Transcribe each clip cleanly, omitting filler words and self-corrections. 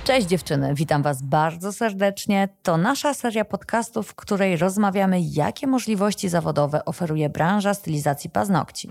Cześć dziewczyny, witam Was bardzo serdecznie. To nasza seria podcastów, w której rozmawiamy, jakie możliwości zawodowe oferuje branża stylizacji paznokci.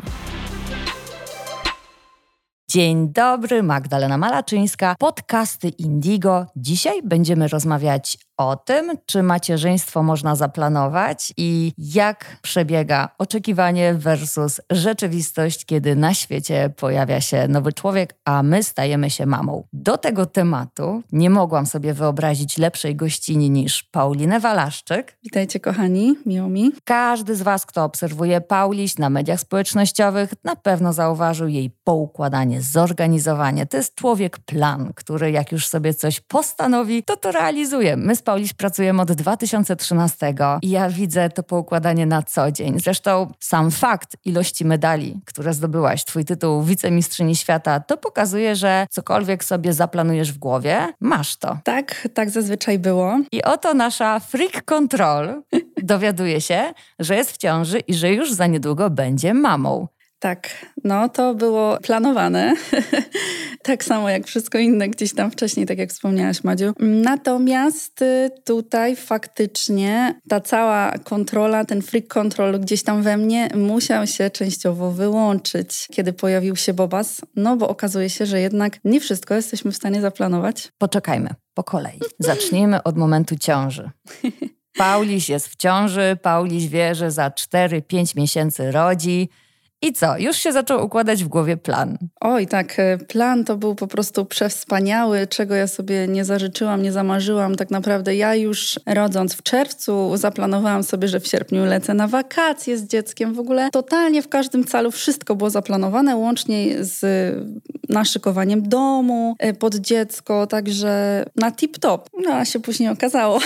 Dzień dobry, Magdalena Malaczyńska, podcasty Indigo. Dzisiaj będziemy rozmawiać o tym, czy macierzyństwo można zaplanować i jak przebiega oczekiwanie versus rzeczywistość, kiedy na świecie pojawia się nowy człowiek, a my stajemy się mamą. Do tego tematu nie mogłam sobie wyobrazić lepszej gościni niż Paulinę Walaszczyk. Witajcie kochani, miło mi. Każdy z Was, kto obserwuje Pauliś na mediach społecznościowych, na pewno zauważył jej poukładanie, zorganizowanie. To jest człowiek plan, który jak już sobie coś postanowi, to realizuje. My z Pauliś pracujemy od 2013 i ja widzę to poukładanie na co dzień. Zresztą sam fakt ilości medali, które zdobyłaś, twój tytuł wicemistrzyni świata, to pokazuje, że cokolwiek sobie zaplanujesz w głowie, masz to. Tak zazwyczaj było. I oto nasza freak control dowiaduje się, że jest w ciąży i że już za niedługo będzie mamą. Tak, to było planowane. Tak samo jak wszystko inne gdzieś tam wcześniej, tak jak wspomniałaś, Madziu. Natomiast tutaj faktycznie ta cała kontrola, ten freak control gdzieś tam we mnie musiał się częściowo wyłączyć, kiedy pojawił się Bobas. Bo okazuje się, że jednak nie wszystko jesteśmy w stanie zaplanować. Poczekajmy, po kolei. Zacznijmy od momentu ciąży. Pauliś jest w ciąży, Pauliś wie, że za 4-5 miesięcy rodzi. I co? Już się zaczął układać w głowie plan. Oj, tak. Plan to był po prostu przewspaniały, czego ja sobie nie zażyczyłam, nie zamarzyłam. Tak naprawdę ja już rodząc w czerwcu zaplanowałam sobie, że w sierpniu lecę na wakacje z dzieckiem. W ogóle totalnie w każdym calu wszystko było zaplanowane, łącznie z naszykowaniem domu pod dziecko, także na tip-top. A się później okazało.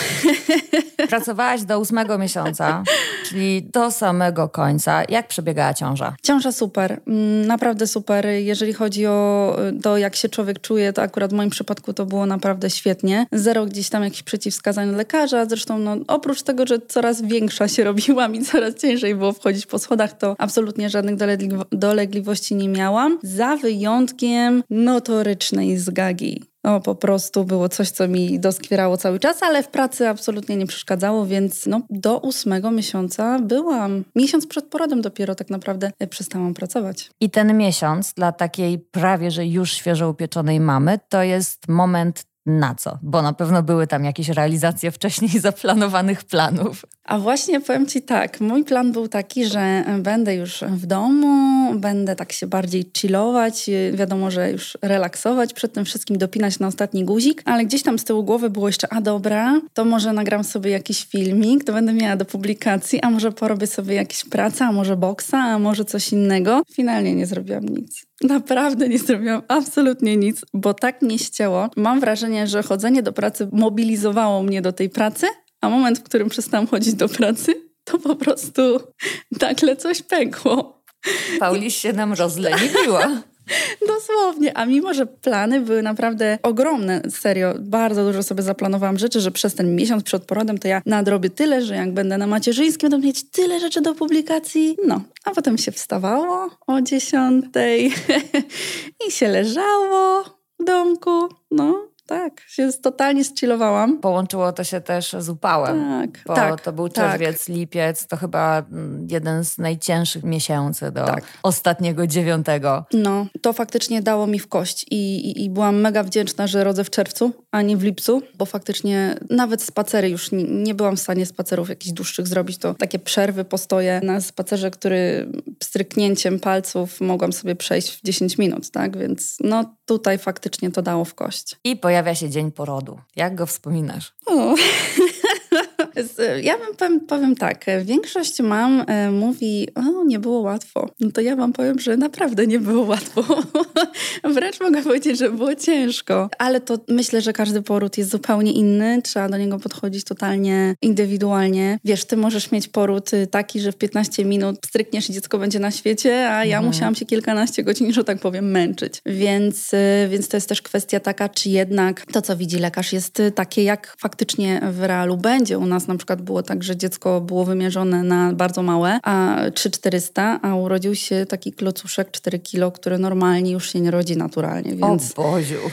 Pracowałaś do 8 miesiąca, czyli do samego końca. Jak przebiegała ciąża? Ciąża super, naprawdę super. Jeżeli chodzi o to, jak się człowiek czuje, to akurat w moim przypadku to było naprawdę świetnie. Zero gdzieś tam jakichś przeciwwskazań lekarza. Zresztą oprócz tego, że coraz większa się robiłam i coraz ciężej było wchodzić po schodach, to absolutnie żadnych dolegliwości nie miałam. Za wyjątkiem notorycznej zgagi. Po prostu było coś, co mi doskwierało cały czas, ale w pracy absolutnie nie przeszkadzało, więc do 8 miesiąca byłam. Miesiąc przed porodem dopiero tak naprawdę przestałam pracować. I ten miesiąc dla takiej prawie, że już świeżo upieczonej mamy, to jest moment na co? Bo na pewno były tam jakieś realizacje wcześniej zaplanowanych planów. A właśnie powiem Ci tak, mój plan był taki, że będę już w domu, będę tak się bardziej chillować, wiadomo, że już relaksować, przed tym wszystkim dopinać na ostatni guzik, ale gdzieś tam z tyłu głowy było jeszcze, dobra, to może nagram sobie jakiś filmik, to będę miała do publikacji, a może porobię sobie jakieś pracę, a może boksa, a może coś innego. Finalnie nie zrobiłam nic. Naprawdę nie zrobiłam absolutnie nic, bo tak mnie ścięło. Mam wrażenie, że chodzenie do pracy mobilizowało mnie do tej pracy, a moment, w którym przestałam chodzić do pracy, to po prostu nagle coś pękło. Pauliś się nam rozleniwiła. Dosłownie, a mimo, że plany były naprawdę ogromne, serio, bardzo dużo sobie zaplanowałam rzeczy, że przez ten miesiąc przed porodem to ja nadrobię tyle, że jak będę na macierzyńskim, będę mieć tyle rzeczy do publikacji. A potem się wstawało o 10 i się leżało w domku, Tak, się totalnie zchillowałam. Połączyło to się też z upałem. Tak, to był czerwiec, lipiec, to chyba jeden z najcięższych miesięcy do ostatniego 9. To faktycznie dało mi w kość i byłam mega wdzięczna, że rodzę w czerwcu, a nie w lipcu, bo faktycznie nawet spacery już nie byłam w stanie spacerów jakichś dłuższych zrobić. To takie przerwy, postoje na spacerze, który stryknięciem palców mogłam sobie przejść w 10 minut, tak? Więc tutaj faktycznie to dało w kość. I pojawia się dzień porodu. Jak go wspominasz? Ja wam powiem tak, większość mam mówi, nie było łatwo. To ja wam powiem, że naprawdę nie było łatwo. Wręcz mogę powiedzieć, że było ciężko. Ale to myślę, że każdy poród jest zupełnie inny. Trzeba do niego podchodzić totalnie indywidualnie. Wiesz, ty możesz mieć poród taki, że w 15 minut strykniesz i dziecko będzie na świecie, a ja musiałam się kilkanaście godzin, że tak powiem, męczyć. Więc to jest też kwestia taka, czy jednak to, co widzi lekarz, jest takie, jak faktycznie w realu będzie. U nas na przykład było tak, że dziecko było wymierzone na bardzo małe, a 3400, a urodził się taki klocuszek 4 kilo, który normalnie już się nie rodzi naturalnie. Więc, o Boziu.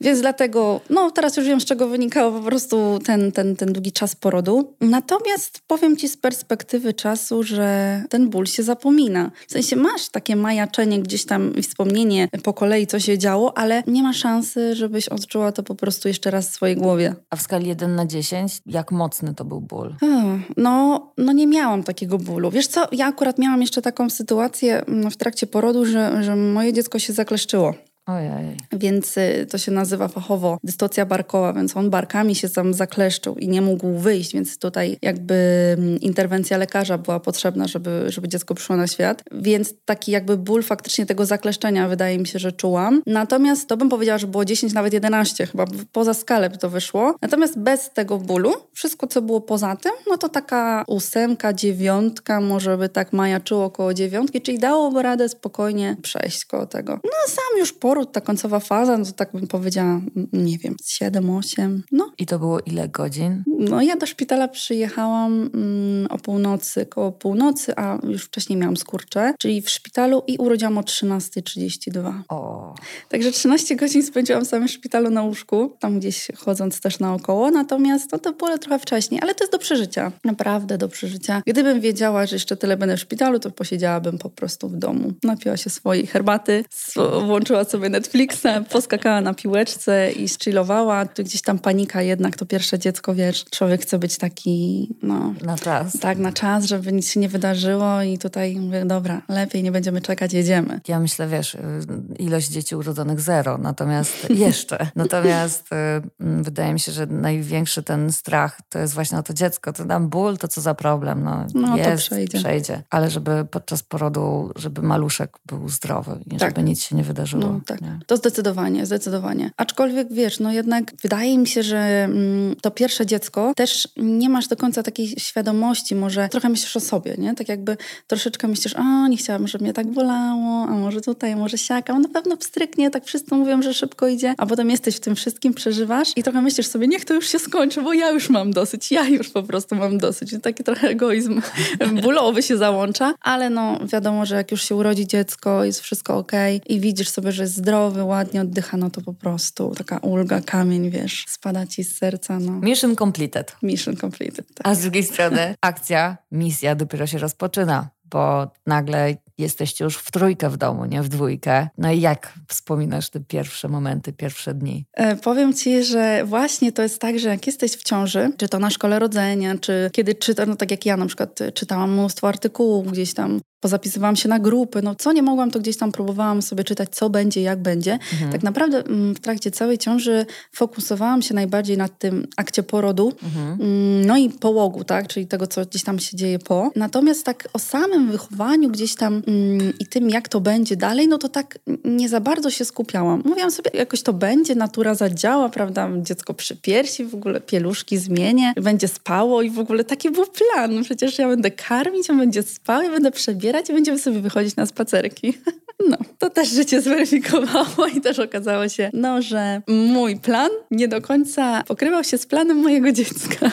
Więc dlatego, teraz już wiem, z czego wynikało po prostu ten długi czas porodu. Natomiast powiem ci z perspektywy czasu, że ten ból się zapomina. W sensie masz takie majaczenie gdzieś tam i wspomnienie po kolei, co się działo, ale nie ma szansy, żebyś odczuła to po prostu jeszcze raz w swojej głowie. A w skali 1 na 10, jak mocny to był ból? No nie miałam takiego bólu. Wiesz co, ja akurat miałam jeszcze taką sytuację w trakcie porodu, że moje dziecko się zakleszczyło. Ojej. Więc to się nazywa fachowo dystocja barkowa, więc on barkami się tam zakleszczył i nie mógł wyjść, więc tutaj jakby interwencja lekarza była potrzebna, żeby dziecko przyszło na świat. Więc taki jakby ból faktycznie tego zakleszczenia wydaje mi się, że czułam. Natomiast to bym powiedziała, że było 10, nawet 11, chyba poza skalę by to wyszło. Natomiast bez tego bólu, wszystko co było poza tym, no to taka 8, 9, może by tak majaczyło około 9, czyli dałoby radę spokojnie przejść koło tego. No sam już poród, ta końcowa faza, no to tak bym powiedziała, nie wiem, 7, 8, no. I to było ile godzin? No ja do szpitala przyjechałam o północy, koło północy, a już wcześniej miałam skurcze, czyli w szpitalu i urodziłam o 13:32. O. Także 13 godzin spędziłam w samym szpitalu na łóżku, tam gdzieś chodząc też naokoło, natomiast to było trochę wcześniej, ale to jest do przeżycia, naprawdę do przeżycia. Gdybym wiedziała, że jeszcze tyle będę w szpitalu, to posiedziałabym po prostu w domu. Napiła się swojej herbaty, włączyła sobie Netflixa, poskakała na piłeczce i zchillowała. Tu gdzieś tam panika jednak, to pierwsze dziecko, wiesz, człowiek chce być taki, na czas. Tak, na czas, żeby nic się nie wydarzyło i tutaj mówię, dobra, lepiej nie będziemy czekać, jedziemy. Ja myślę, wiesz, ilość dzieci urodzonych 0, natomiast wydaje mi się, że największy ten strach to jest właśnie o to dziecko, to tam ból, to co za problem, jest, to przejdzie. Ale żeby podczas porodu, żeby maluszek był zdrowy i tak. żeby nic się nie wydarzyło. No, tak. To zdecydowanie. Aczkolwiek wiesz, jednak wydaje mi się, że to pierwsze dziecko też nie masz do końca takiej świadomości, może trochę myślisz o sobie, nie? Tak jakby troszeczkę myślisz, nie chciałabym, żeby mnie tak bolało, a może tutaj, może siaka, na pewno pstryknie, tak wszyscy mówią, że szybko idzie, a potem jesteś w tym wszystkim, przeżywasz i trochę myślisz sobie, niech to już się skończy, bo ja już mam dosyć, ja już po prostu mam dosyć. I taki trochę egoizm bólowy się załącza, ale wiadomo, że jak już się urodzi dziecko, jest wszystko okej i widzisz sobie, że jest zdrowy, ładnie oddycha, to po prostu taka ulga, kamień, wiesz, spada ci z serca, Mission completed. Mission completed, tak. A z drugiej strony misja dopiero się rozpoczyna, bo nagle jesteście już w 3 w domu, nie w 2. No i jak wspominasz te pierwsze momenty, pierwsze dni? Powiem ci, że właśnie to jest tak, że jak jesteś w ciąży, czy to na szkole rodzenia, czy kiedy czytam, tak jak ja na przykład czytałam mnóstwo artykułów gdzieś tam, pozapisywałam się na grupy, co nie mogłam, to gdzieś tam próbowałam sobie czytać, co będzie, jak będzie. Tak naprawdę w trakcie całej ciąży fokusowałam się najbardziej na tym akcie porodu, i połogu, tak, czyli tego, co gdzieś tam się dzieje po. Natomiast tak o samym wychowaniu gdzieś tam i tym, jak to będzie dalej, to tak nie za bardzo się skupiałam. Mówiłam sobie, jakoś to będzie, natura zadziała, prawda, dziecko przy piersi, w ogóle pieluszki zmienię, będzie spało i w ogóle taki był plan. Przecież ja będę karmić, on będzie spał, ja będę przebierać i będziemy sobie wychodzić na spacerki. To też życie zweryfikowało i też okazało się, że mój plan nie do końca pokrywał się z planem mojego dziecka.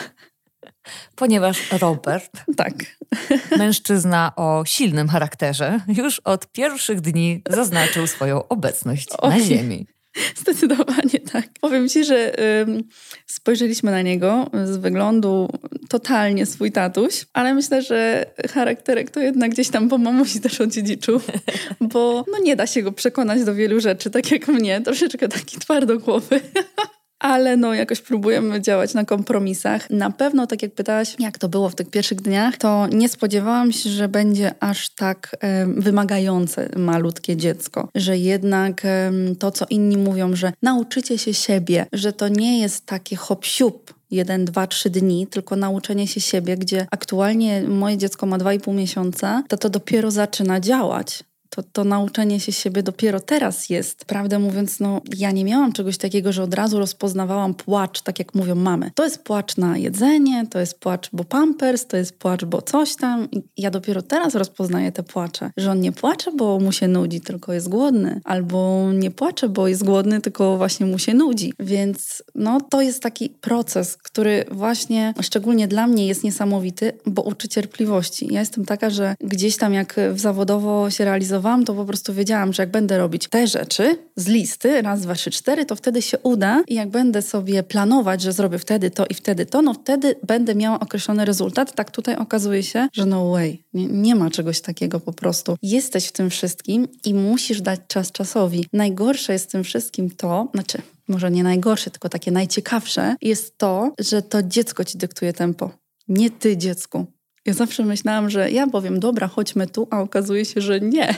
Ponieważ Robert, tak, mężczyzna o silnym charakterze, już od pierwszych dni zaznaczył swoją obecność na ziemi. Zdecydowanie tak. Powiem ci, że spojrzeliśmy na niego z wyglądu totalnie swój tatuś, ale myślę, że charakterek to jednak gdzieś tam po mamusi też odziedziczył, bo nie da się go przekonać do wielu rzeczy, tak jak mnie, troszeczkę taki twardogłowy. Ale jakoś próbujemy działać na kompromisach. Na pewno, tak jak pytałaś, jak to było w tych pierwszych dniach, to nie spodziewałam się, że będzie aż tak wymagające malutkie dziecko. Że jednak to, co inni mówią, że nauczycie się siebie, że to nie jest takie hop-siup, 1, 2, 3 dni, tylko nauczenie się siebie, gdzie aktualnie moje dziecko ma 2,5 miesiąca, to dopiero zaczyna działać. To nauczenie się siebie dopiero teraz jest. Prawdę mówiąc, ja nie miałam czegoś takiego, że od razu rozpoznawałam płacz, tak jak mówią mamy. To jest płacz na jedzenie, to jest płacz, bo pampers, to jest płacz, bo coś tam. I ja dopiero teraz rozpoznaję te płacze. Że on nie płacze, bo mu się nudzi, tylko jest głodny. Albo nie płacze, bo jest głodny, tylko właśnie mu się nudzi. Więc to jest taki proces, który właśnie szczególnie dla mnie jest niesamowity, bo uczy cierpliwości. Ja jestem taka, że gdzieś tam jak zawodowo się realizowałam, organizowałam, to po prostu wiedziałam, że jak będę robić te rzeczy z listy, 1, 2, 3, 4, to wtedy się uda i jak będę sobie planować, że zrobię wtedy to i wtedy to, no wtedy będę miała określony rezultat. Tak tutaj okazuje się, że no way, nie ma czegoś takiego po prostu. Jesteś w tym wszystkim i musisz dać czas czasowi. Najgorsze jest w tym wszystkim to, może nie najgorsze, tylko takie najciekawsze, jest to, że to dziecko ci dyktuje tempo. Nie ty dziecku. Ja zawsze myślałam, że ja powiem, dobra, chodźmy tu, a okazuje się, że nie.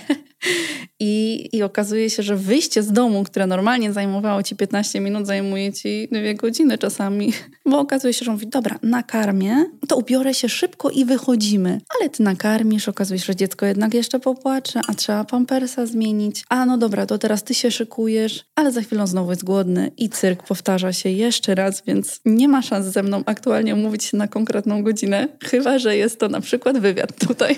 I okazuje się, że wyjście z domu, które normalnie zajmowało ci 15 minut, zajmuje ci 2 godziny czasami. Bo okazuje się, że on mówi, dobra, nakarmię, to ubiorę się szybko i wychodzimy. Ale ty nakarmisz, okazuje się, że dziecko jednak jeszcze popłacze, a trzeba pampersa zmienić. A no dobra, to teraz ty się szykujesz, ale za chwilę znowu jest głodny i cyrk powtarza się jeszcze raz, więc nie ma szans ze mną aktualnie umówić się na konkretną godzinę, chyba że jest to na przykład wywiad tutaj.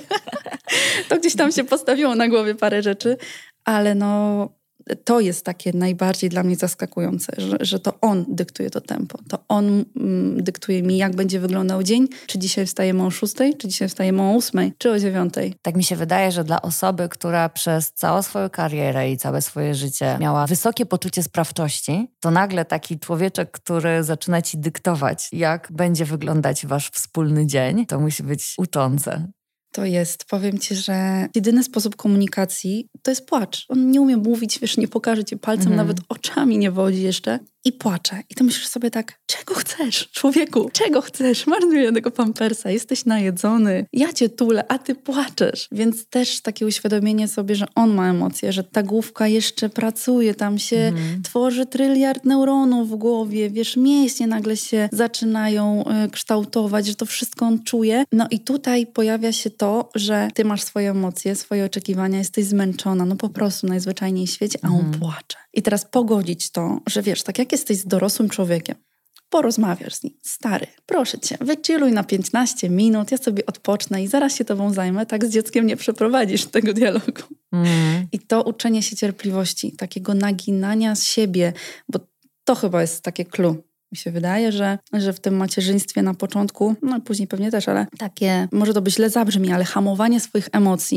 To gdzieś tam się postawiło na głowie parę rzeczy, ale no to jest takie najbardziej dla mnie zaskakujące, że to on dyktuje to tempo. To on dyktuje mi, jak będzie wyglądał dzień, czy dzisiaj wstajemy o 6, czy dzisiaj wstajemy o 8, czy o 9. Tak mi się wydaje, że dla osoby, która przez całą swoją karierę i całe swoje życie miała wysokie poczucie sprawczości, to nagle taki człowieczek, który zaczyna ci dyktować, jak będzie wyglądać wasz wspólny dzień, to musi być uczące. To jest, powiem ci, że jedyny sposób komunikacji to jest płacz. On nie umie mówić, wiesz, nie pokaże ci palcem, nawet oczami nie wodzi jeszcze i płacze. I ty myślisz sobie tak, czego chcesz, człowieku? Czego chcesz? Masz do jednego pampersa, jesteś najedzony, ja cię tulę, a ty płaczesz. Więc też takie uświadomienie sobie, że on ma emocje, że ta główka jeszcze pracuje, tam się tworzy tryliard neuronów w głowie, wiesz, mięśnie nagle się zaczynają kształtować, że to wszystko on czuje. No i tutaj pojawia się to, że ty masz swoje emocje, swoje oczekiwania, jesteś zmęczona, no po prostu najzwyczajniej w świecie, a on płacze. I teraz pogodzić to, że wiesz, tak jak jesteś z dorosłym człowiekiem, porozmawiasz z nim. Stary, proszę cię, wychilluj na 15 minut, ja sobie odpocznę i zaraz się tobą zajmę. Tak z dzieckiem nie przeprowadzisz tego dialogu. I to uczenie się cierpliwości, takiego naginania z siebie, bo to chyba jest takie clue. Mi się wydaje, że w tym macierzyństwie na początku, no później pewnie też, ale takie, może to by źle zabrzmi, ale hamowanie swoich emocji,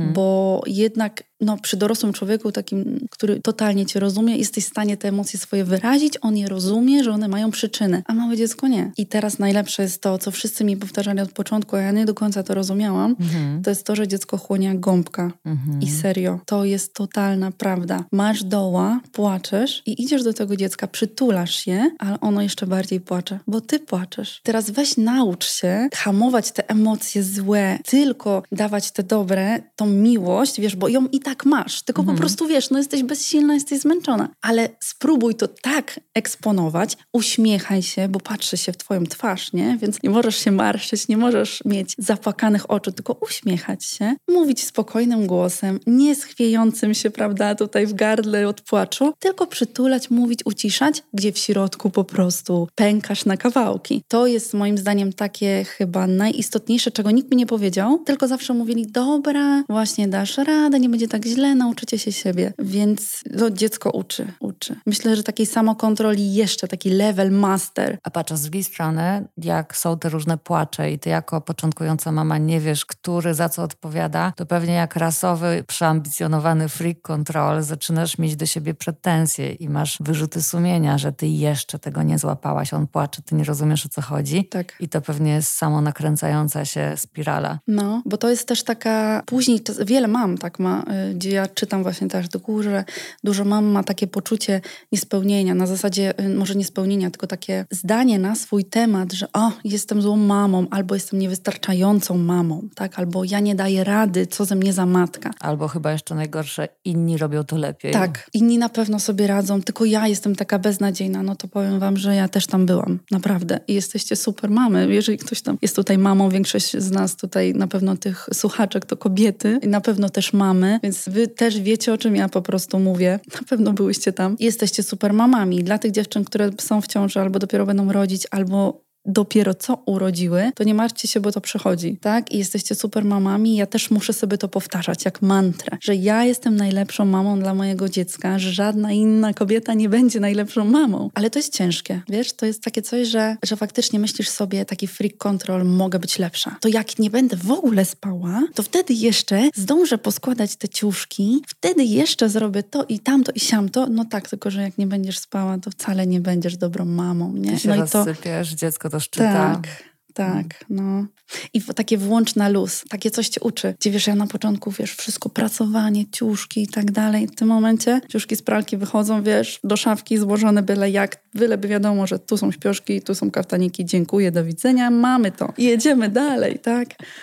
bo jednak no, przy dorosłym człowieku, takim, który totalnie cię rozumie, jesteś w stanie te emocje swoje wyrazić, on je rozumie, że one mają przyczyny, a małe dziecko nie. I teraz najlepsze jest to, co wszyscy mi powtarzali od początku, a ja nie do końca to rozumiałam, to jest to, że dziecko chłonie jak gąbka. I serio, to jest totalna prawda. Masz doła, płaczesz i idziesz do tego dziecka, przytulasz je, ale ono jeszcze bardziej płacze, bo ty płaczesz. Teraz weź naucz się hamować te emocje złe, tylko dawać te dobre, tą miłość, wiesz, bo ją i tak masz, tylko po prostu wiesz, no jesteś bezsilna, jesteś zmęczona, ale spróbuj to tak eksponować, uśmiechaj się, bo patrzy się w twoją twarz, nie? Więc nie możesz się marszczyć, nie możesz mieć zapłakanych oczu, tylko uśmiechać się, mówić spokojnym głosem, nie schwiejącym się, prawda, tutaj w gardle od płaczu, tylko przytulać, mówić, uciszać, gdzie w środku po prostu pękasz na kawałki. To jest moim zdaniem takie chyba najistotniejsze, czego nikt mi nie powiedział, tylko zawsze mówili, dobra, właśnie dasz radę, nie będzie tak źle, nauczycie się siebie. Więc no, dziecko uczy. Myślę, że takiej samokontroli jeszcze, taki level master. A patrz, z drugiej strony, jak są te różne płacze i ty jako początkująca mama nie wiesz, który za co odpowiada, to pewnie jak rasowy, przeambicjonowany freak control zaczynasz mieć do siebie pretensje i masz wyrzuty sumienia, że ty jeszcze tego nie złapałaś. On płacze, ty nie rozumiesz, o co chodzi. Tak. I to pewnie jest samonakręcająca się spirala. No, bo to jest też taka... Później to, wiele mam tak ma, gdzie ja czytam właśnie też do góry, że dużo mam ma takie poczucie niespełnienia. Na zasadzie, może niespełnienia, tylko takie zdanie na swój temat, że jestem złą mamą, albo jestem niewystarczającą mamą, tak? Albo ja nie daję rady, co ze mnie za matka. Albo chyba jeszcze najgorsze, inni robią to lepiej. Tak, inni na pewno sobie radzą, tylko ja jestem taka beznadziejna. No to powiem wam, że ja też tam byłam. Naprawdę. I jesteście super mamy. Jeżeli ktoś tam jest tutaj mamą, większość z nas tutaj na pewno tych słuchaczek to kobiety i na pewno też mamy, więc wy też wiecie, o czym ja po prostu mówię. Na pewno byłyście tam. I jesteście super mamami. Dla tych dziewczyn, które są w ciąży albo dopiero będą rodzić, albo dopiero co urodziły, to nie martwcie się, bo to przechodzi, tak? I jesteście super mamami. Ja też muszę sobie to powtarzać jak mantrę, że ja jestem najlepszą mamą dla mojego dziecka, że żadna inna kobieta nie będzie najlepszą mamą. Ale to jest ciężkie, wiesz? To jest takie coś, że faktycznie myślisz sobie, taki freak control, mogę być lepsza. To jak nie będę w ogóle spała, to wtedy jeszcze zdążę poskładać te ciuszki, wtedy jeszcze zrobię to i tamto i siamto. No tak, tylko że jak nie będziesz spała, to wcale nie będziesz dobrą mamą, nie? Ty się rozsypiesz, dziecko to szczyta. Tak, no. I takie włącz na luz, takie coś cię uczy. Gdzie wiesz, ja na początku, wiesz, wszystko prasowanie, ciuszki i tak dalej. W tym momencie ciuszki z pralki wychodzą, wiesz, do szafki złożone byleby wiadomo, że tu są śpioszki, tu są kaftaniki, dziękuję, do widzenia, mamy to. I jedziemy dalej, tak?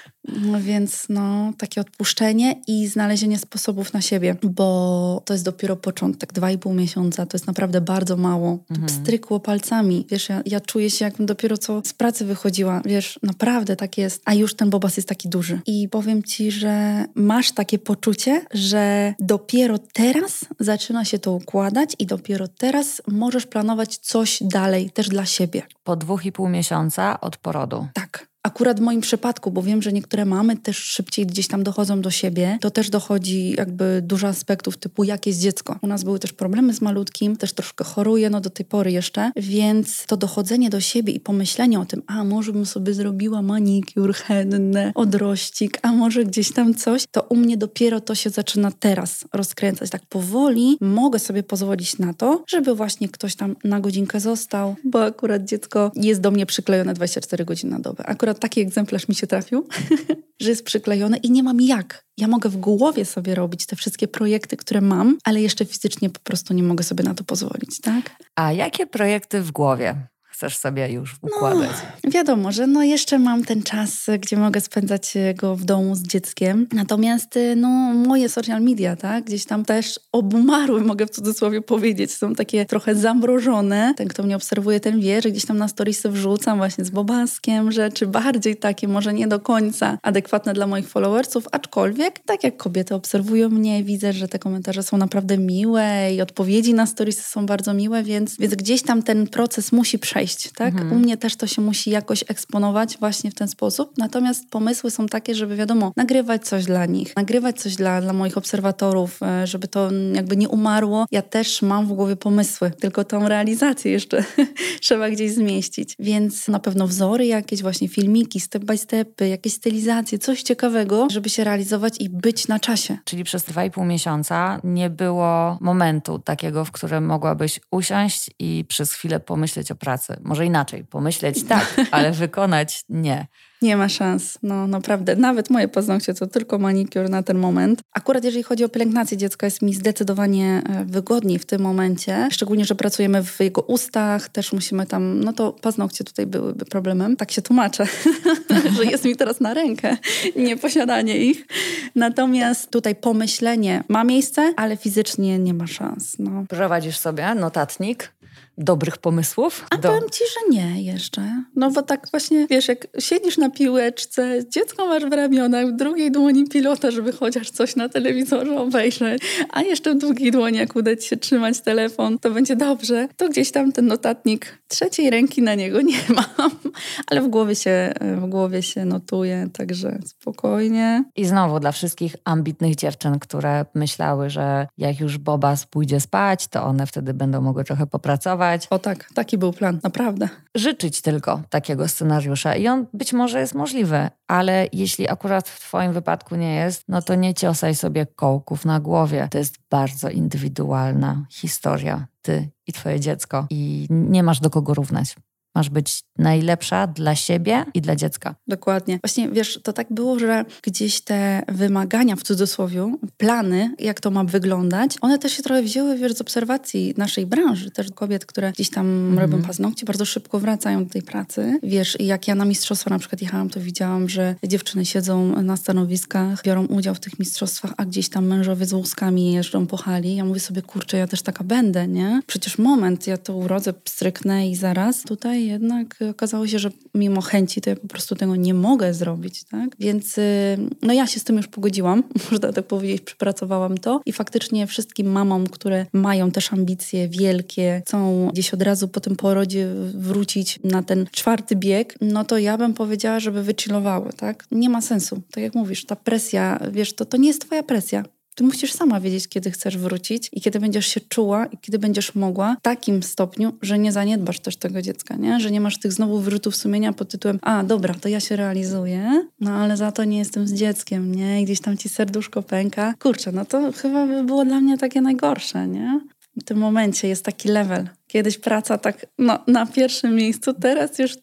No więc takie odpuszczenie i znalezienie sposobów na siebie, bo to jest dopiero początek, 2,5 miesiąca, to jest naprawdę bardzo mało. To pstrykło palcami, wiesz, ja czuję się, jakbym dopiero co z pracy wychodziła, wiesz, naprawdę tak jest, a już ten bobas jest taki duży. I powiem ci, że masz takie poczucie, że dopiero teraz zaczyna się to układać i dopiero teraz możesz planować coś dalej, też dla siebie. Po 2,5 miesiąca od porodu. Tak. Akurat w moim przypadku, bo wiem, że niektóre mamy też szybciej gdzieś tam dochodzą do siebie, to też dochodzi jakby dużo aspektów typu jak jest dziecko. U nas były też problemy z malutkim, też troszkę choruje, do tej pory jeszcze, więc to dochodzenie do siebie i pomyślenie o tym, a może bym sobie zrobiła manikur, hennę, odrościk, a może gdzieś tam coś, to u mnie dopiero to się zaczyna teraz rozkręcać. Tak powoli mogę sobie pozwolić na to, żeby właśnie ktoś tam na godzinkę został, bo akurat dziecko jest do mnie przyklejone 24 godziny na dobę. Akurat taki egzemplarz mi się trafił, że jest przyklejone i nie mam jak. Ja mogę w głowie sobie robić te wszystkie projekty, które mam, ale jeszcze fizycznie po prostu nie mogę sobie na to pozwolić, tak? A jakie projekty w głowie chcesz sobie już układać? Wiadomo, że jeszcze mam ten czas, gdzie mogę spędzać go w domu z dzieckiem. Natomiast moje social media, tak, gdzieś tam też obumarły, mogę w cudzysłowie powiedzieć. Są takie trochę zamrożone. Ten, kto mnie obserwuje, ten wie, że gdzieś tam na storiesy wrzucam właśnie z Bobaskiem rzeczy bardziej takie, może nie do końca adekwatne dla moich followersów, aczkolwiek tak jak kobiety obserwują mnie, widzę, że te komentarze są naprawdę miłe i odpowiedzi na storiesy są bardzo miłe, więc gdzieś tam ten proces musi przejść. Tak? U mnie też to się musi jakoś eksponować właśnie w ten sposób. Natomiast pomysły są takie, żeby wiadomo, nagrywać coś dla nich, nagrywać coś dla moich obserwatorów, żeby to jakby nie umarło. Ja też mam w głowie pomysły, tylko tą realizację jeszcze trzeba gdzieś zmieścić. Więc na pewno wzory jakieś, właśnie filmiki, step by step, jakieś stylizacje, coś ciekawego, żeby się realizować i być na czasie. Czyli przez 2,5 miesiąca nie było momentu takiego, w którym mogłabyś usiąść i przez chwilę pomyśleć o pracy. Może inaczej, pomyśleć tak, ale wykonać nie. Nie ma szans, naprawdę. Nawet moje paznokcie to tylko manikur na ten moment. Akurat jeżeli chodzi o pielęgnację dziecka, jest mi zdecydowanie wygodniej w tym momencie. Szczególnie, że pracujemy w jego ustach, też musimy tam, to paznokcie tutaj byłyby problemem. Tak się tłumaczę, że jest mi teraz na rękę nieposiadanie ich. Natomiast tutaj pomyślenie ma miejsce, ale fizycznie nie ma szans. Prowadzisz sobie notatnik dobrych pomysłów? Powiem ci, że nie jeszcze. Bo tak właśnie, wiesz, jak siedzisz na piłeczce, dziecko masz w ramionach, w drugiej dłoni pilota, żeby chociaż coś na telewizorze obejrzeć, a jeszcze w drugiej dłoni, jak uda ci się trzymać telefon, to będzie dobrze. To gdzieś tam ten notatnik, trzeciej ręki na niego nie mam, ale w głowie się notuje, także spokojnie. I znowu dla wszystkich ambitnych dziewczyn, które myślały, że jak już Bobas pójdzie spać, to one wtedy będą mogły trochę popracować. O tak, taki był plan, naprawdę. Życzyć tylko takiego scenariusza i on być może jest możliwy, ale jeśli akurat w twoim wypadku nie jest, to nie ciosaj sobie kołków na głowie. To jest bardzo indywidualna historia, ty i twoje dziecko i nie masz do kogo równać. Masz być najlepsza dla siebie i dla dziecka. Dokładnie. Właśnie, wiesz, to tak było, że gdzieś te wymagania, w cudzysłowie, plany, jak to ma wyglądać, one też się trochę wzięły, wiesz, z obserwacji naszej branży, też kobiet, które gdzieś tam robią paznokcie, bardzo szybko wracają do tej pracy. Wiesz, jak ja na mistrzostwa na przykład jechałam, to widziałam, że dziewczyny siedzą na stanowiskach, biorą udział w tych mistrzostwach, a gdzieś tam mężowie z łuskami jeżdżą po hali. Ja mówię sobie, kurczę, ja też taka będę, nie? Przecież moment, ja to urodzę, pstryknę i zaraz tutaj niemniej jednak okazało się, że mimo chęci to ja po prostu tego nie mogę zrobić, tak? Więc no ja się z tym już pogodziłam, można tak powiedzieć, przepracowałam to i faktycznie wszystkim mamom, które mają też ambicje wielkie, chcą gdzieś od razu po tym porodzie wrócić na ten 4. bieg, no to ja bym powiedziała, żeby wychillowały, tak? Nie ma sensu. Tak jak mówisz, ta presja, wiesz, to nie jest twoja presja. Ty musisz sama wiedzieć, kiedy chcesz wrócić i kiedy będziesz się czuła i kiedy będziesz mogła w takim stopniu, że nie zaniedbasz też tego dziecka, nie? Że nie masz tych znowu wyrzutów sumienia pod tytułem dobra, to ja się realizuję, no ale za to nie jestem z dzieckiem, nie? I gdzieś tam ci serduszko pęka. Kurczę, no to chyba by było dla mnie takie najgorsze, nie? W tym momencie jest taki level. Kiedyś praca tak na pierwszym miejscu, teraz już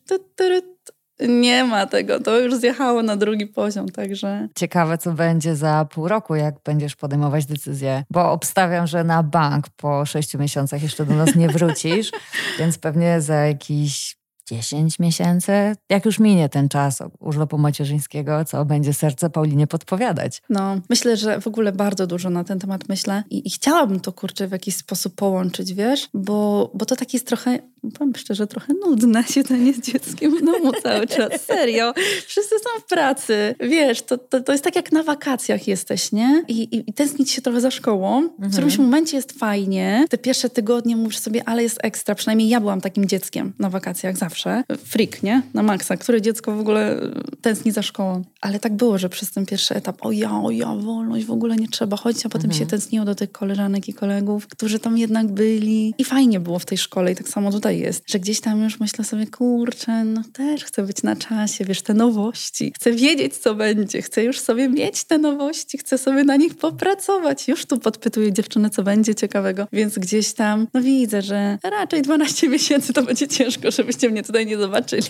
nie ma tego, to już zjechało na drugi poziom, także... Ciekawe, co będzie za pół roku, jak będziesz podejmować decyzję, bo obstawiam, że na bank po 6 miesiącach jeszcze do nas nie wrócisz, więc pewnie za jakiś 10 miesięcy, jak już minie ten czas urlopu macierzyńskiego, co będzie serce Paulinie podpowiadać. No, myślę, że w ogóle bardzo dużo na ten temat myślę i chciałabym to, kurczę, w jakiś sposób połączyć, wiesz, bo to takie jest trochę, powiem szczerze, trochę nudne siedzenie z dzieckiem w domu cały czas, serio. Wszyscy są w pracy, wiesz, to jest tak jak na wakacjach jesteś, nie? I tęsknić się trochę za szkołą. W którymś momencie jest fajnie, te pierwsze tygodnie mówisz sobie, ale jest ekstra, przynajmniej ja byłam takim dzieckiem na wakacjach zawsze. Freak, nie? Na maksa. Które dziecko w ogóle tęskni za szkołą. Ale tak było, że przez ten pierwszy etap o ja, wolność, w ogóle nie trzeba chodzić, a potem się tęskniło do tych koleżanek i kolegów, którzy tam jednak byli. I fajnie było w tej szkole i tak samo tutaj jest, że gdzieś tam już myślę sobie, kurczę, no też chcę być na czasie, wiesz, te nowości. Chcę wiedzieć, co będzie. Chcę już sobie mieć te nowości. Chcę sobie na nich popracować. Już tu podpytuję dziewczyny, co będzie ciekawego. Więc gdzieś tam, no widzę, że raczej 12 miesięcy to będzie ciężko, żebyście mnie tutaj nie zobaczyli.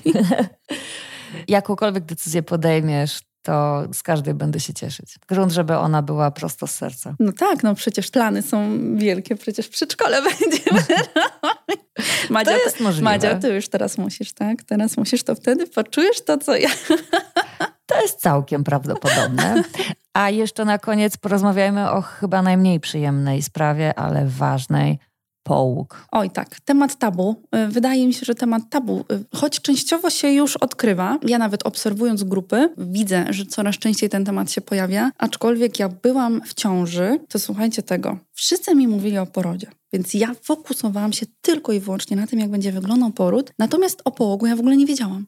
Jakąkolwiek decyzję podejmiesz, to z każdej będę się cieszyć. Grunt, żeby ona była prosto z serca. No tak, no przecież plany są wielkie, przecież w przedszkole będziemy. Madzia, to jest możliwe. Madzia, ty już teraz musisz, tak? Teraz musisz, to wtedy poczujesz to, co ja. To jest całkiem prawdopodobne. A jeszcze na koniec porozmawiajmy o chyba najmniej przyjemnej sprawie, ale ważnej. Połóg. Oj tak, temat tabu. Wydaje mi się, że temat tabu, choć częściowo się już odkrywa, ja nawet obserwując grupy, widzę, że coraz częściej ten temat się pojawia, aczkolwiek ja byłam w ciąży, to słuchajcie tego, wszyscy mi mówili o porodzie, więc ja fokusowałam się tylko i wyłącznie na tym, jak będzie wyglądał poród, natomiast o połogu ja w ogóle nie wiedziałam.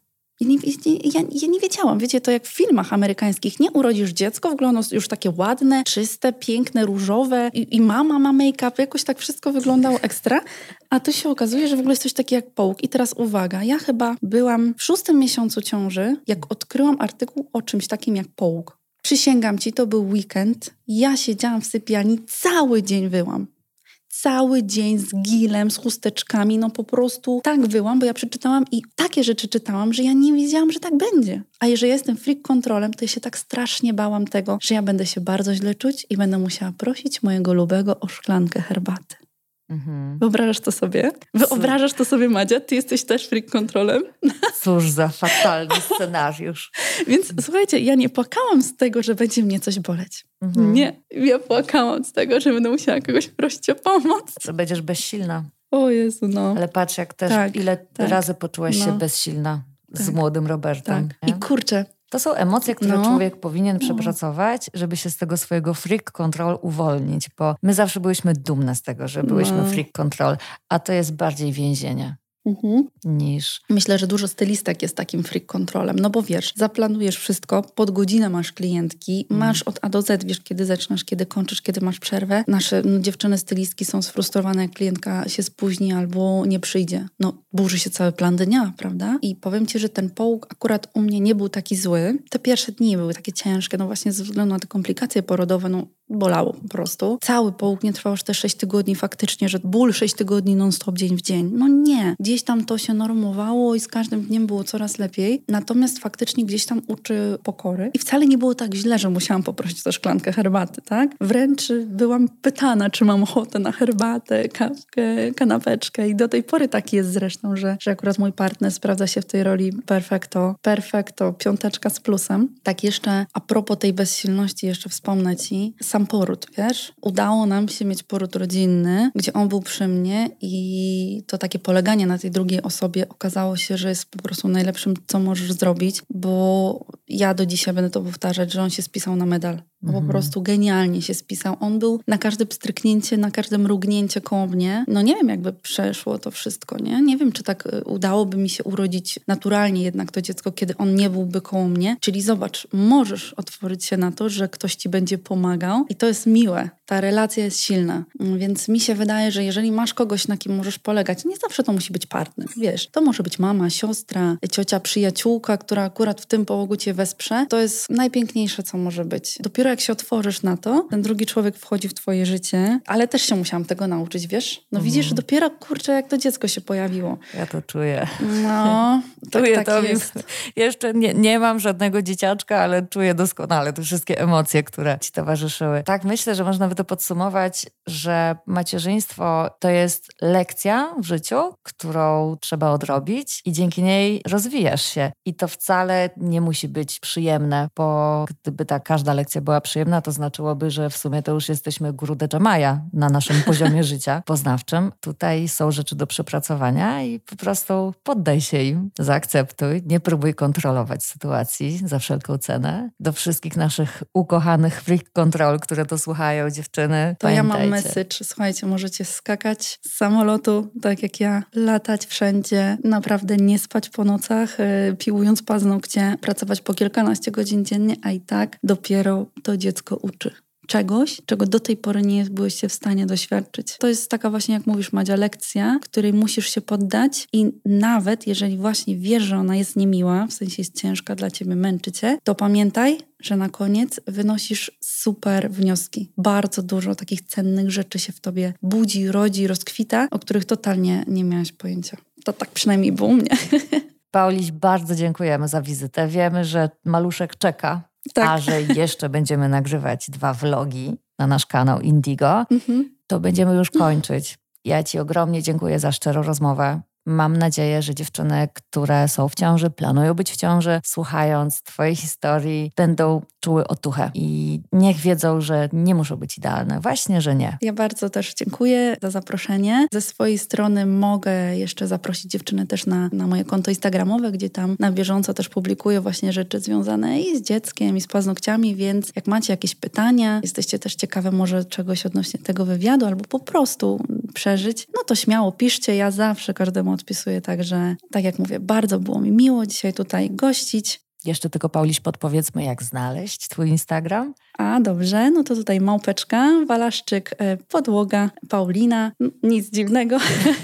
Ja nie wiedziałam, wiecie, to jak w filmach amerykańskich, nie urodzisz dziecko, wygląda już takie ładne, czyste, piękne, różowe i mama ma make-up, jakoś tak wszystko wyglądało ekstra, a tu się okazuje, że w ogóle jest coś takiego jak połóg. I teraz uwaga, ja chyba byłam w 6. miesiącu ciąży, jak odkryłam artykuł o czymś takim jak połóg. Przysięgam ci, to był weekend, ja siedziałam w sypialni, cały dzień wyłam. Cały dzień z gilem, z chusteczkami, no po prostu tak wyłam, bo ja przeczytałam i takie rzeczy czytałam, że ja nie wiedziałam, że tak będzie. A jeżeli jestem freak controlem, to ja się tak strasznie bałam tego, że ja będę się bardzo źle czuć i będę musiała prosić mojego lubego o szklankę herbaty. Wyobrażasz to sobie? Wyobrażasz to sobie, Madzia? Ty jesteś też freak controlem? Cóż za fatalny scenariusz. Więc słuchajcie, ja nie płakałam z tego, że będzie mnie coś boleć. Nie, ja płakałam z tego, że będę musiała kogoś prosić o pomoc. Że będziesz bezsilna. O Jezu, no. Ale patrz, jak też ile razy poczułaś się bezsilna z młodym Robertem. Tak. I kurczę, to są emocje, które człowiek powinien przepracować, żeby się z tego swojego freak control uwolnić, bo my zawsze byliśmy dumne z tego, że byliśmy freak control, a to jest bardziej więzienie. Niż... Myślę, że dużo stylistek jest takim freak controlem, no bo wiesz, zaplanujesz wszystko, pod godzinę masz klientki, masz od A do Z, wiesz, kiedy zaczynasz, kiedy kończysz, kiedy masz przerwę. Nasze dziewczyny stylistki są sfrustrowane, jak klientka się spóźni albo nie przyjdzie. No, burzy się cały plan dnia, prawda? I powiem ci, że ten połóg akurat u mnie nie był taki zły. Te pierwsze dni były takie ciężkie, no właśnie ze względu na te komplikacje porodowe, no bolało po prostu. Cały połóg nie trwał już te 6 tygodni faktycznie, że ból 6 tygodni non-stop, dzień w dzień. No nie. Gdzieś tam to się normowało i z każdym dniem było coraz lepiej. Natomiast faktycznie gdzieś tam uczy pokory. I wcale nie było tak źle, że musiałam poprosić o szklankę herbaty, tak? Wręcz byłam pytana, czy mam ochotę na herbatę, kawkę, kanapeczkę. I do tej pory tak jest zresztą, że akurat mój partner sprawdza się w tej roli perfekto, 5 z plusem. Tak jeszcze a propos tej bezsilności jeszcze wspomnę ci, sam poród, wiesz? Udało nam się mieć poród rodzinny, gdzie on był przy mnie i to takie poleganie na tej tej drugiej osobie okazało się, że jest po prostu najlepszym, co możesz zrobić, bo ja do dzisiaj będę to powtarzać, że on się spisał na medal. Po prostu genialnie się spisał. On był na każde pstryknięcie, na każde mrugnięcie koło mnie. No nie wiem, jakby przeszło to wszystko, nie? Nie wiem, czy tak udałoby mi się urodzić naturalnie jednak to dziecko, kiedy on nie byłby koło mnie. Czyli zobacz, możesz otworzyć się na to, że ktoś ci będzie pomagał i to jest miłe. Ta relacja jest silna. Więc mi się wydaje, że jeżeli masz kogoś, na kim możesz polegać, nie zawsze to musi być partner, wiesz. To może być mama, siostra, ciocia, przyjaciółka, która akurat w tym połogu cię wesprze. To jest najpiękniejsze, co może być. Dopiero jak się otworzysz na to, ten drugi człowiek wchodzi w twoje życie, ale też się musiałam tego nauczyć, wiesz? No widzisz, dopiero, kurczę, jak to dziecko się pojawiło. Ja to czuję. No, czuję tak to. jest. Jeszcze nie mam żadnego dzieciaczka, ale czuję doskonale te wszystkie emocje, które ci towarzyszyły. Tak, myślę, że można by to podsumować, że macierzyństwo to jest lekcja w życiu, którą trzeba odrobić i dzięki niej rozwijasz się. I to wcale nie musi być przyjemne, bo gdyby ta każda lekcja była przyjemna, to znaczyłoby, że w sumie to już jesteśmy guru de Jamaja na naszym poziomie życia poznawczym. Tutaj są rzeczy do przepracowania i po prostu poddaj się im, zaakceptuj, nie próbuj kontrolować sytuacji za wszelką cenę. Do wszystkich naszych ukochanych freak control, które to słuchają, dziewczyny, to pamiętajcie. Ja mam message. Słuchajcie, możecie skakać z samolotu, tak jak ja, latać wszędzie, naprawdę nie spać po nocach, piłując paznokcie, pracować po kilkanaście godzin dziennie, a i tak dopiero to dziecko uczy czegoś, czego do tej pory nie byłyście w stanie doświadczyć. To jest taka właśnie, jak mówisz, Madzia, lekcja, której musisz się poddać i nawet jeżeli właśnie wiesz, że ona jest niemiła, w sensie jest ciężka dla ciebie, męczy cię, to pamiętaj, że na koniec wynosisz super wnioski. Bardzo dużo takich cennych rzeczy się w tobie budzi, rodzi, rozkwita, o których totalnie nie miałaś pojęcia. To tak przynajmniej było u mnie. Pauliś, bardzo dziękujemy za wizytę. Wiemy, że maluszek czeka, tak. A że jeszcze będziemy nagrywać 2 vlogi na nasz kanał Indigo, to będziemy już kończyć. Ja ci ogromnie dziękuję za szczerą rozmowę. Mam nadzieję, że dziewczyny, które są w ciąży, planują być w ciąży, słuchając twojej historii, będą czuły otuchę i niech wiedzą, że nie muszą być idealne. Właśnie, że nie. Ja bardzo też dziękuję za zaproszenie. Ze swojej strony mogę jeszcze zaprosić dziewczyny też na moje konto instagramowe, gdzie tam na bieżąco też publikuję właśnie rzeczy związane i z dzieckiem, i z paznokciami, więc jak macie jakieś pytania, jesteście też ciekawe może czegoś odnośnie tego wywiadu, albo po prostu przeżyć, no to śmiało piszcie. Ja zawsze każdemu odpisuję, także tak jak mówię, bardzo było mi miło dzisiaj tutaj gościć. Jeszcze tylko, Pauliś, podpowiedzmy, jak znaleźć twój Instagram. A, dobrze, no to tutaj małpeczka, Walaszczyk, podłoga, Paulina, nic dziwnego.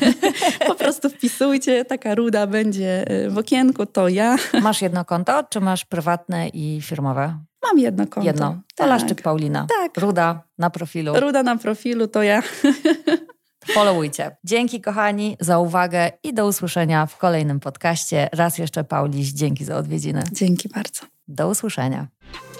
Po prostu wpisujcie, taka ruda będzie w okienku, to ja. Masz jedno konto, czy masz prywatne i firmowe? Mam jedno konto. Jedno. Walaszczyk, Paulina. Tak. Ruda na profilu. Ruda na profilu, to ja. Followujcie. Dzięki, kochani, za uwagę i do usłyszenia w kolejnym podcaście. Raz jeszcze, Pauliś, dzięki za odwiedziny. Dzięki bardzo. Do usłyszenia.